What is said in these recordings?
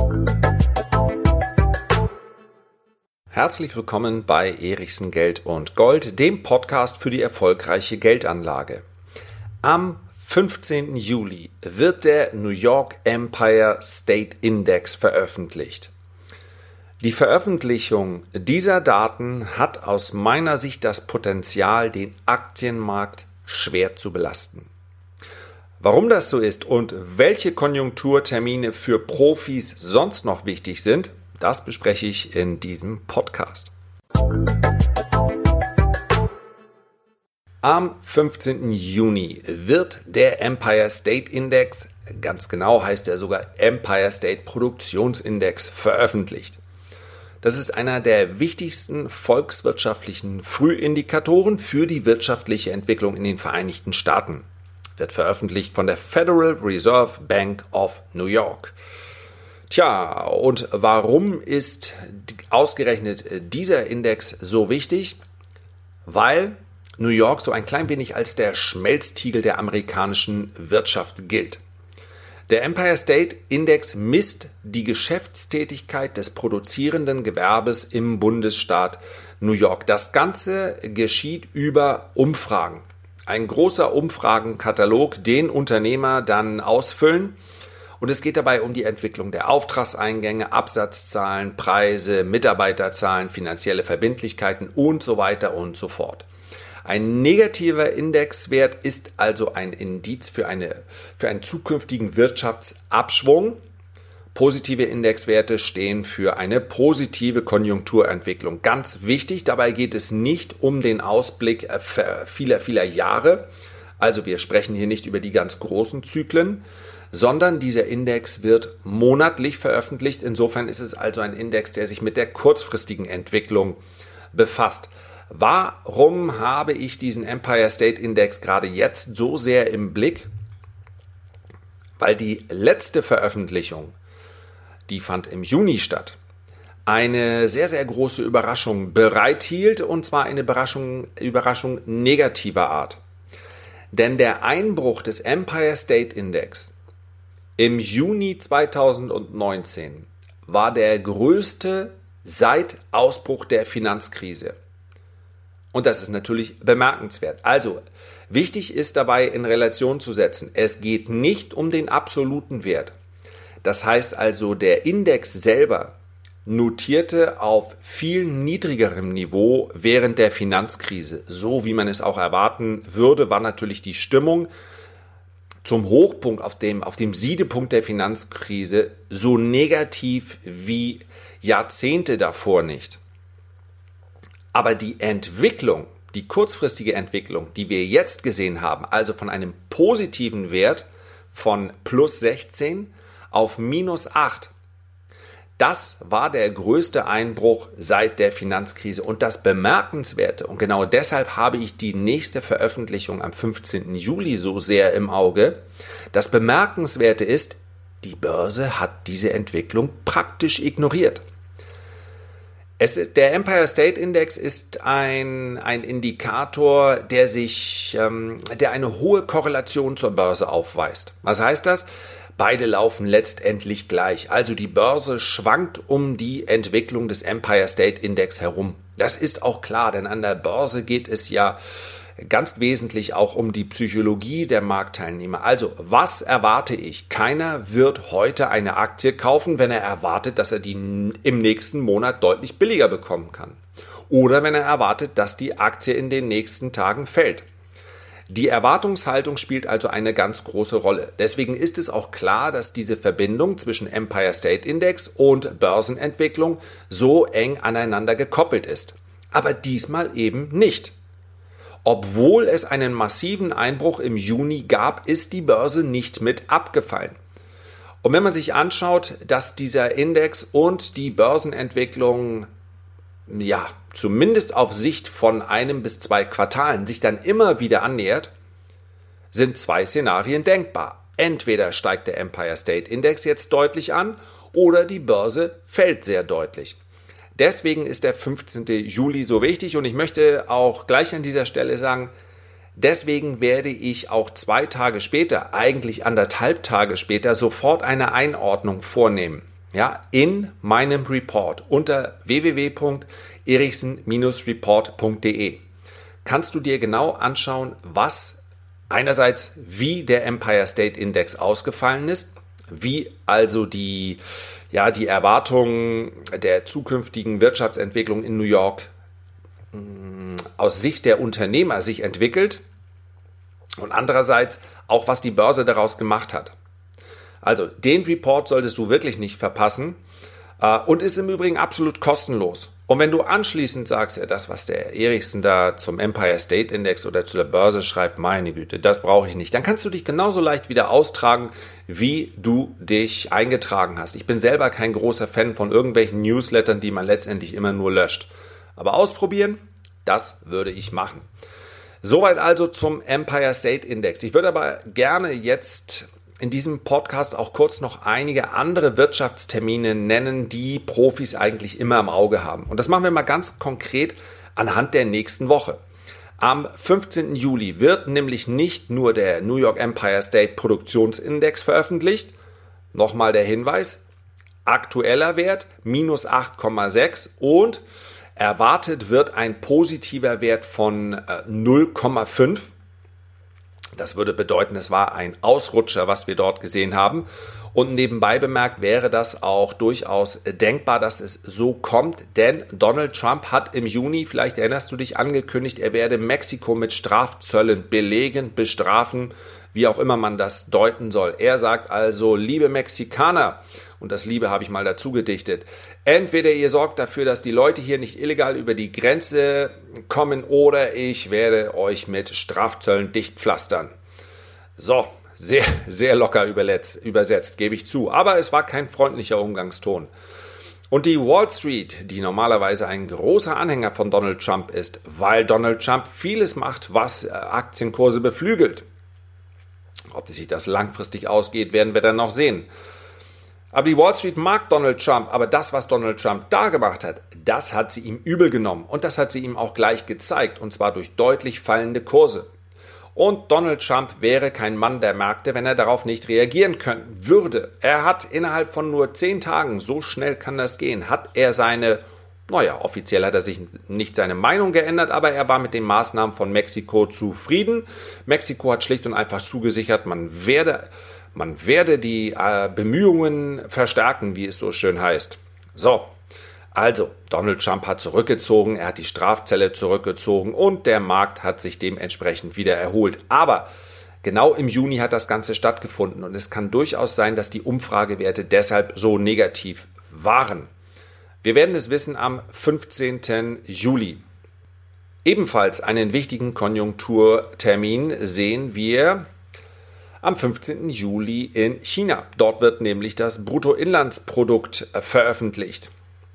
Herzlich willkommen bei Erichsen Geld und Gold, dem Podcast für die erfolgreiche Geldanlage. Am 15. Juli wird der New York Empire State Index veröffentlicht. Die Veröffentlichung dieser Daten hat aus meiner Sicht das Potenzial, den Aktienmarkt schwer zu belasten. Warum das so ist und welche Konjunkturtermine für Profis sonst noch wichtig sind, das bespreche ich in diesem Podcast. Am 15. Juni wird der Empire State Index, ganz genau heißt er sogar Empire State Produktionsindex, veröffentlicht. Das ist einer der wichtigsten volkswirtschaftlichen Frühindikatoren für die wirtschaftliche Entwicklung in den Vereinigten Staaten. Wird veröffentlicht von der Federal Reserve Bank of New York. Tja, und warum ist ausgerechnet dieser Index so wichtig? Weil New York so ein klein wenig als der Schmelztiegel der amerikanischen Wirtschaft gilt. Der Empire State Index misst die Geschäftstätigkeit des produzierenden Gewerbes im Bundesstaat New York. Das Ganze geschieht über Umfragen. Ein großer Umfragenkatalog, den Unternehmer dann ausfüllen. Und es geht dabei um die Entwicklung der Auftragseingänge, Absatzzahlen, Preise, Mitarbeiterzahlen, finanzielle Verbindlichkeiten und so weiter und so fort. Ein negativer Indexwert ist also ein Indiz für einen zukünftigen Wirtschaftsabschwung. Positive Indexwerte stehen für eine positive Konjunkturentwicklung. Ganz wichtig, dabei geht es nicht um den Ausblick vieler Jahre. Also wir sprechen hier nicht über die ganz großen Zyklen, sondern dieser Index wird monatlich veröffentlicht. Insofern ist es also ein Index, der sich mit der kurzfristigen Entwicklung befasst. Warum habe ich diesen Empire State Index gerade jetzt so sehr im Blick? Weil die letzte Veröffentlichung, die fand im Juni statt, eine sehr, sehr große Überraschung bereithielt, und zwar eine Überraschung negativer Art. Denn der Einbruch des Empire State Index im Juni 2019 war der größte seit Ausbruch der Finanzkrise. Und das ist natürlich bemerkenswert. Also, wichtig ist dabei in Relation zu setzen, es geht nicht um den absoluten Wert. Das heißt also, der Index selber notierte auf viel niedrigerem Niveau während der Finanzkrise. So wie man es auch erwarten würde, war natürlich die Stimmung zum Hochpunkt auf dem Siedepunkt der Finanzkrise so negativ wie Jahrzehnte davor nicht. Aber die Entwicklung, die kurzfristige Entwicklung, die wir jetzt gesehen haben, also von einem positiven Wert von plus 16 auf minus 8, das war der größte Einbruch seit der Finanzkrise. Und das Bemerkenswerte, und genau deshalb habe ich die nächste Veröffentlichung am 15. Juli so sehr im Auge, das Bemerkenswerte ist, die Börse hat diese Entwicklung praktisch ignoriert. Der Empire State Index ist ein Indikator, der eine hohe Korrelation zur Börse aufweist. Was heißt das? Beide laufen letztendlich gleich. Also die Börse schwankt um die Entwicklung des Empire State Index herum. Das ist auch klar, denn an der Börse geht es ja ganz wesentlich auch um die Psychologie der Marktteilnehmer. Also, was erwarte ich? Keiner wird heute eine Aktie kaufen, wenn er erwartet, dass er die im nächsten Monat deutlich billiger bekommen kann. Oder wenn er erwartet, dass die Aktie in den nächsten Tagen fällt. Die Erwartungshaltung spielt also eine ganz große Rolle. Deswegen ist es auch klar, dass diese Verbindung zwischen Empire State Index und Börsenentwicklung so eng aneinander gekoppelt ist. Aber diesmal eben nicht. Obwohl es einen massiven Einbruch im Juni gab, ist die Börse nicht mit abgefallen. Und wenn man sich anschaut, dass dieser Index und die Börsenentwicklung zumindest auf Sicht von 1 bis 2 Quartalen sich dann immer wieder annähert, sind 2 Szenarien denkbar. Entweder steigt der Empire State Index jetzt deutlich an oder die Börse fällt sehr deutlich. Deswegen ist der 15. Juli so wichtig und ich möchte auch gleich an dieser Stelle sagen, deswegen werde ich auch 2 Tage später, eigentlich 1,5 Tage später, sofort eine Einordnung vornehmen. ja, in meinem Report unter www.erichsen-report.de kannst du dir genau anschauen, was einerseits wie der Empire State Index ausgefallen ist, wie also die Erwartungen der zukünftigen Wirtschaftsentwicklung in New York aus Sicht der Unternehmer sich entwickelt und andererseits auch, was die Börse daraus gemacht hat. Also den Report solltest du wirklich nicht verpassen und ist im Übrigen absolut kostenlos. Und wenn du anschließend sagst, ja, das, was der Erichsen da zum Empire State Index oder zu der Börse schreibt, meine Güte, das brauche ich nicht, dann kannst du dich genauso leicht wieder austragen, wie du dich eingetragen hast. Ich bin selber kein großer Fan von irgendwelchen Newslettern, die man letztendlich immer nur löscht. Aber ausprobieren, das würde ich machen. Soweit also zum Empire State Index. Ich würde aber gerne jetzt in diesem Podcast auch kurz noch einige andere Wirtschaftstermine nennen, die Profis eigentlich immer im Auge haben. Und das machen wir mal ganz konkret anhand der nächsten Woche. Am 15. Juli wird nämlich nicht nur der New York Empire State Produktionsindex veröffentlicht. Nochmal der Hinweis, aktueller Wert minus 8,6 und erwartet wird ein positiver Wert von 0,5. Das würde bedeuten, es war ein Ausrutscher, was wir dort gesehen haben. Und nebenbei bemerkt wäre das auch durchaus denkbar, dass es so kommt, denn Donald Trump hat im Juni, vielleicht erinnerst du dich, angekündigt, er werde Mexiko mit Strafzöllen belegen, bestrafen, wie auch immer man das deuten soll. Er sagt also, liebe Mexikaner, und das Liebe habe ich mal dazu gedichtet, entweder ihr sorgt dafür, dass die Leute hier nicht illegal über die Grenze kommen oder ich werde euch mit Strafzöllen dicht pflastern. So, sehr, sehr locker übersetzt, gebe ich zu. Aber es war kein freundlicher Umgangston. Und die Wall Street, die normalerweise ein großer Anhänger von Donald Trump ist, weil Donald Trump vieles macht, was Aktienkurse beflügelt. Ob sich das langfristig ausgeht, werden wir dann noch sehen. Aber die Wall Street mag Donald Trump, aber das, was Donald Trump da gemacht hat, das hat sie ihm übel genommen. Und das hat sie ihm auch gleich gezeigt, und zwar durch deutlich fallende Kurse. Und Donald Trump wäre kein Mann der Märkte, wenn er darauf nicht reagieren können würde. Er hat innerhalb von nur 10 Tagen, so schnell kann das gehen, hat er offiziell hat er sich nicht seine Meinung geändert, aber er war mit den Maßnahmen von Mexiko zufrieden. Mexiko hat schlicht und einfach zugesichert, man werde die Bemühungen verstärken, wie es so schön heißt. So, also Donald Trump hat zurückgezogen, er hat die Strafzölle zurückgezogen und der Markt hat sich dementsprechend wieder erholt. Aber genau im Juni hat das Ganze stattgefunden und es kann durchaus sein, dass die Umfragewerte deshalb so negativ waren. Wir werden es wissen am 15. Juli. Ebenfalls einen wichtigen Konjunkturtermin sehen wir am 15. Juli in China. Dort wird nämlich das Bruttoinlandsprodukt veröffentlicht.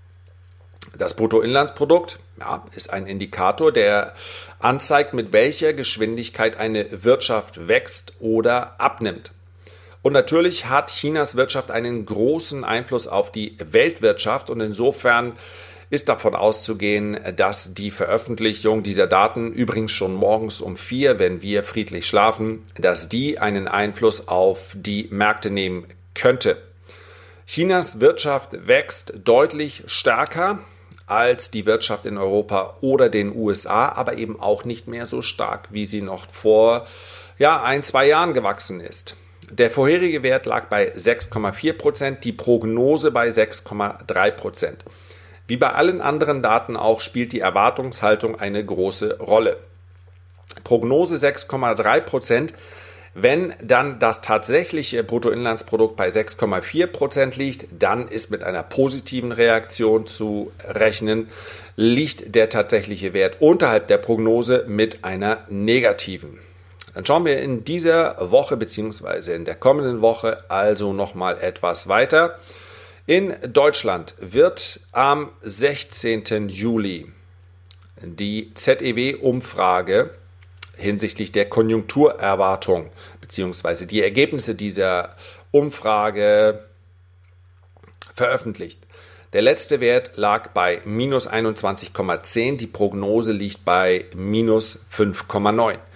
Das Bruttoinlandsprodukt ist ein Indikator, der anzeigt, mit welcher Geschwindigkeit eine Wirtschaft wächst oder abnimmt. Und natürlich hat Chinas Wirtschaft einen großen Einfluss auf die Weltwirtschaft und insofern ist davon auszugehen, dass die Veröffentlichung dieser Daten, übrigens schon morgens um 4, wenn wir friedlich schlafen, dass die einen Einfluss auf die Märkte nehmen könnte. Chinas Wirtschaft wächst deutlich stärker als die Wirtschaft in Europa oder den USA, aber eben auch nicht mehr so stark, wie sie noch vor 1-2 Jahren gewachsen ist. Der vorherige Wert lag bei 6,4%, die Prognose bei 6,3%. Wie bei allen anderen Daten auch spielt die Erwartungshaltung eine große Rolle. Prognose 6,3%. Wenn dann das tatsächliche Bruttoinlandsprodukt bei 6,4% liegt, dann ist mit einer positiven Reaktion zu rechnen. Liegt der tatsächliche Wert unterhalb der Prognose mit einer negativen. Dann schauen wir in dieser Woche bzw. in der kommenden Woche also nochmal etwas weiter. In Deutschland wird am 16. Juli die ZEW-Umfrage hinsichtlich der Konjunkturerwartung bzw. die Ergebnisse dieser Umfrage veröffentlicht. Der letzte Wert lag bei minus 21,10, die Prognose liegt bei minus 5,9.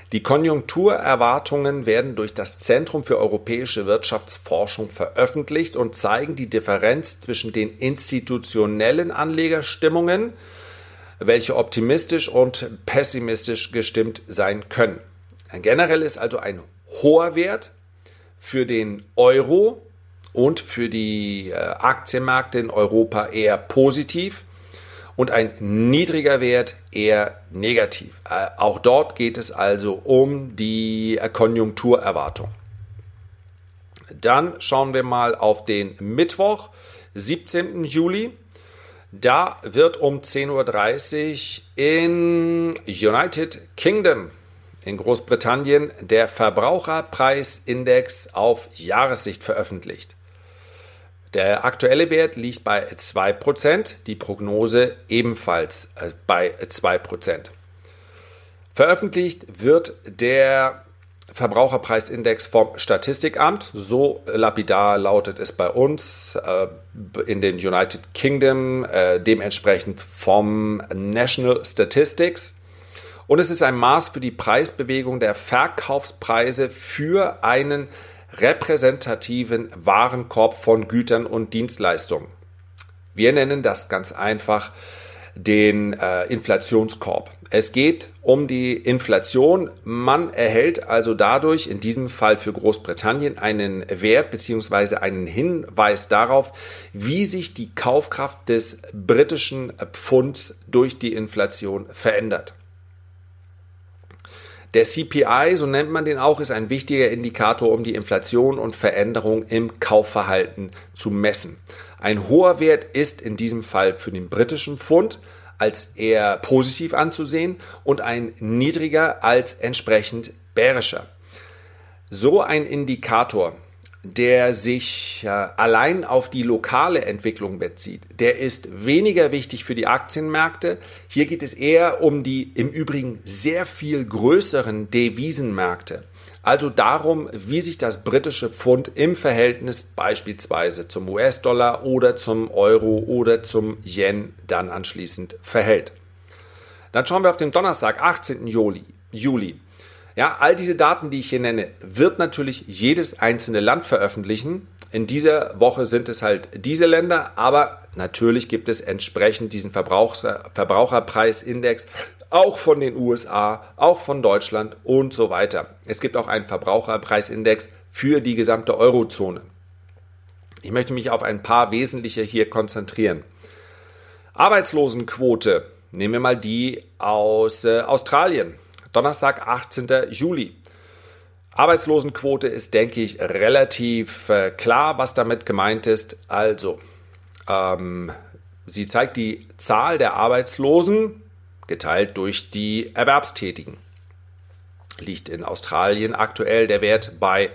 Die Konjunkturerwartungen werden durch das Zentrum für europäische Wirtschaftsforschung veröffentlicht und zeigen die Differenz zwischen den institutionellen Anlegerstimmungen, welche optimistisch und pessimistisch gestimmt sein können. Generell ist also ein hoher Wert für den Euro und für die Aktienmärkte in Europa eher positiv und ein niedriger Wert eher negativ. Auch dort geht es also um die Konjunkturerwartung. Dann schauen wir mal auf den Mittwoch, 17. Juli. Da wird um 10:30 Uhr in United Kingdom, in Großbritannien, der Verbraucherpreisindex auf Jahressicht veröffentlicht. Der aktuelle Wert liegt bei 2%, die Prognose ebenfalls bei 2%. Veröffentlicht wird der Verbraucherpreisindex vom Statistikamt, so lapidar lautet es bei uns in den United Kingdom, dementsprechend vom National Statistics. Und es ist ein Maß für die Preisbewegung der Verkaufspreise für einen repräsentativen Warenkorb von Gütern und Dienstleistungen. Wir nennen das ganz einfach den Inflationskorb. Es geht um die Inflation. Man erhält also dadurch, in diesem Fall für Großbritannien, einen Wert bzw. einen Hinweis darauf, wie sich die Kaufkraft des britischen Pfunds durch die Inflation verändert. Der CPI, so nennt man den auch, ist ein wichtiger Indikator, um die Inflation und Veränderung im Kaufverhalten zu messen. Ein hoher Wert ist in diesem Fall für den britischen Pfund als eher positiv anzusehen und ein niedriger als entsprechend bärischer. So ein Indikator, der sich allein auf die lokale Entwicklung bezieht, der ist weniger wichtig für die Aktienmärkte. Hier geht es eher um die im Übrigen sehr viel größeren Devisenmärkte. Also darum, wie sich das britische Pfund im Verhältnis beispielsweise zum US-Dollar oder zum Euro oder zum Yen dann anschließend verhält. Dann schauen wir auf den Donnerstag, 18. Juli. Ja, all diese Daten, die ich hier nenne, wird natürlich jedes einzelne Land veröffentlichen. In dieser Woche sind es halt diese Länder, aber natürlich gibt es entsprechend diesen Verbraucherpreisindex auch von den USA, auch von Deutschland und so weiter. Es gibt auch einen Verbraucherpreisindex für die gesamte Eurozone. Ich möchte mich auf ein paar wesentliche hier konzentrieren. Arbeitslosenquote, nehmen wir mal die aus Australien. Donnerstag, 18. Juli. Arbeitslosenquote ist, denke ich, relativ klar, was damit gemeint ist. Also, sie zeigt die Zahl der Arbeitslosen geteilt durch die Erwerbstätigen. Liegt in Australien aktuell der Wert bei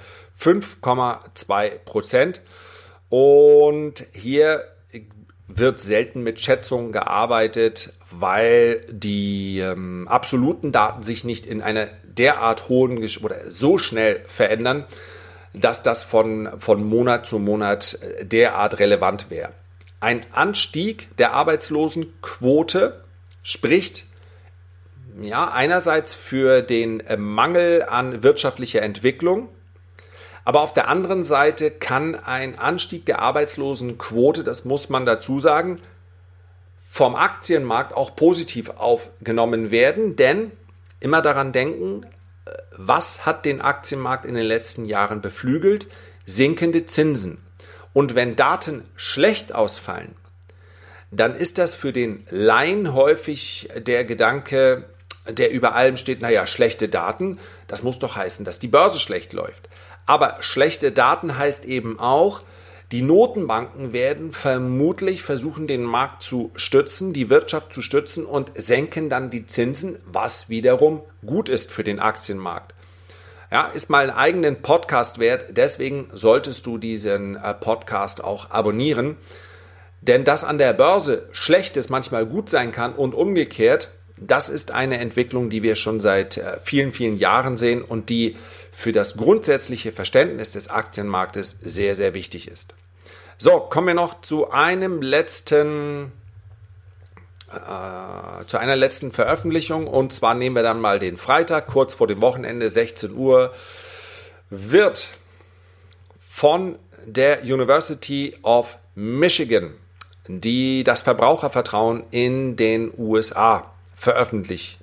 5,2%. Und hier wird selten mit Schätzungen gearbeitet, weil die absoluten Daten sich nicht in einer derart hohen oder so schnell verändern, dass das von Monat zu Monat derart relevant wäre. Ein Anstieg der Arbeitslosenquote spricht ja einerseits für den Mangel an wirtschaftlicher Entwicklung, aber auf der anderen Seite kann ein Anstieg der Arbeitslosenquote, das muss man dazu sagen, vom Aktienmarkt auch positiv aufgenommen werden, denn immer daran denken, was hat den Aktienmarkt in den letzten Jahren beflügelt? Sinkende Zinsen. Und wenn Daten schlecht ausfallen, dann ist das für den Laien häufig der Gedanke, der über allem steht, naja, schlechte Daten, das muss doch heißen, dass die Börse schlecht läuft. Aber schlechte Daten heißt eben auch, die Notenbanken werden vermutlich versuchen, den Markt zu stützen, die Wirtschaft zu stützen und senken dann die Zinsen, was wiederum gut ist für den Aktienmarkt. Ja, ist mal einen eigenen Podcast wert, deswegen solltest du diesen Podcast auch abonnieren. Denn dass an der Börse Schlechtes manchmal gut sein kann und umgekehrt, das ist eine Entwicklung, die wir schon seit vielen, vielen Jahren sehen und die für das grundsätzliche Verständnis des Aktienmarktes sehr, sehr wichtig ist. So, kommen wir noch zu einem letzten zu einer letzten Veröffentlichung, und zwar nehmen wir dann mal den Freitag, kurz vor dem Wochenende, 16 Uhr, wird von der University of Michigan das Verbrauchervertrauen in den USA veröffentlicht.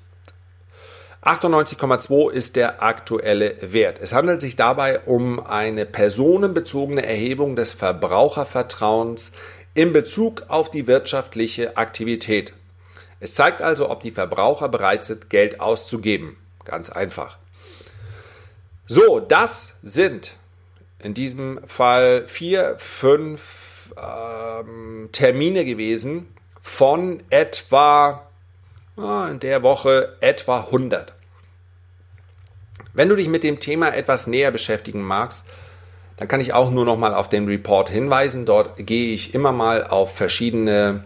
98,2 ist der aktuelle Wert. Es handelt sich dabei um eine personenbezogene Erhebung des Verbrauchervertrauens in Bezug auf die wirtschaftliche Aktivität. Es zeigt also, ob die Verbraucher bereit sind, Geld auszugeben. Ganz einfach. So, das sind in diesem Fall 4, 5 Termine gewesen von etwa in der Woche etwa 100. Wenn du dich mit dem Thema etwas näher beschäftigen magst, dann kann ich auch nur noch mal auf den Report hinweisen. Dort gehe ich immer mal auf verschiedene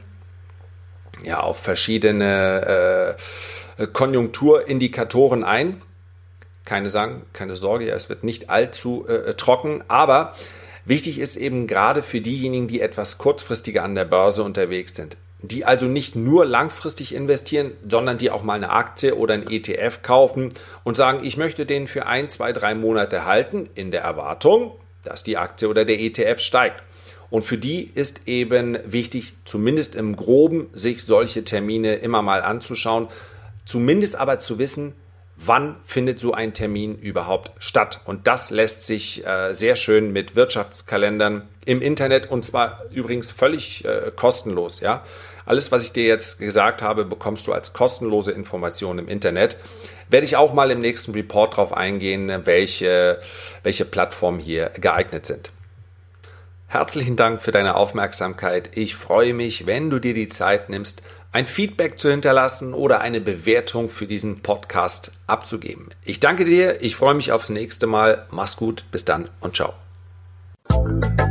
Konjunkturindikatoren ein. Keine Sorge, es wird nicht allzu trocken, aber wichtig ist eben gerade für diejenigen, die etwas kurzfristiger an der Börse unterwegs sind, die also nicht nur langfristig investieren, sondern die auch mal eine Aktie oder ein ETF kaufen und sagen, ich möchte den für 1, 2, 3 Monate halten, in der Erwartung, dass die Aktie oder der ETF steigt. Und für die ist eben wichtig, zumindest im Groben, sich solche Termine immer mal anzuschauen, zumindest aber zu wissen, wann findet so ein Termin überhaupt statt. Und das lässt sich sehr schön mit Wirtschaftskalendern im Internet, und zwar übrigens völlig kostenlos. Ja? Alles, was ich dir jetzt gesagt habe, bekommst du als kostenlose Information im Internet. Werde ich auch mal im nächsten Report darauf eingehen, welche Plattformen hier geeignet sind. Herzlichen Dank für deine Aufmerksamkeit. Ich freue mich, wenn du dir die Zeit nimmst, ein Feedback zu hinterlassen oder eine Bewertung für diesen Podcast abzugeben. Ich danke dir, ich freue mich aufs nächste Mal. Mach's gut, bis dann und ciao.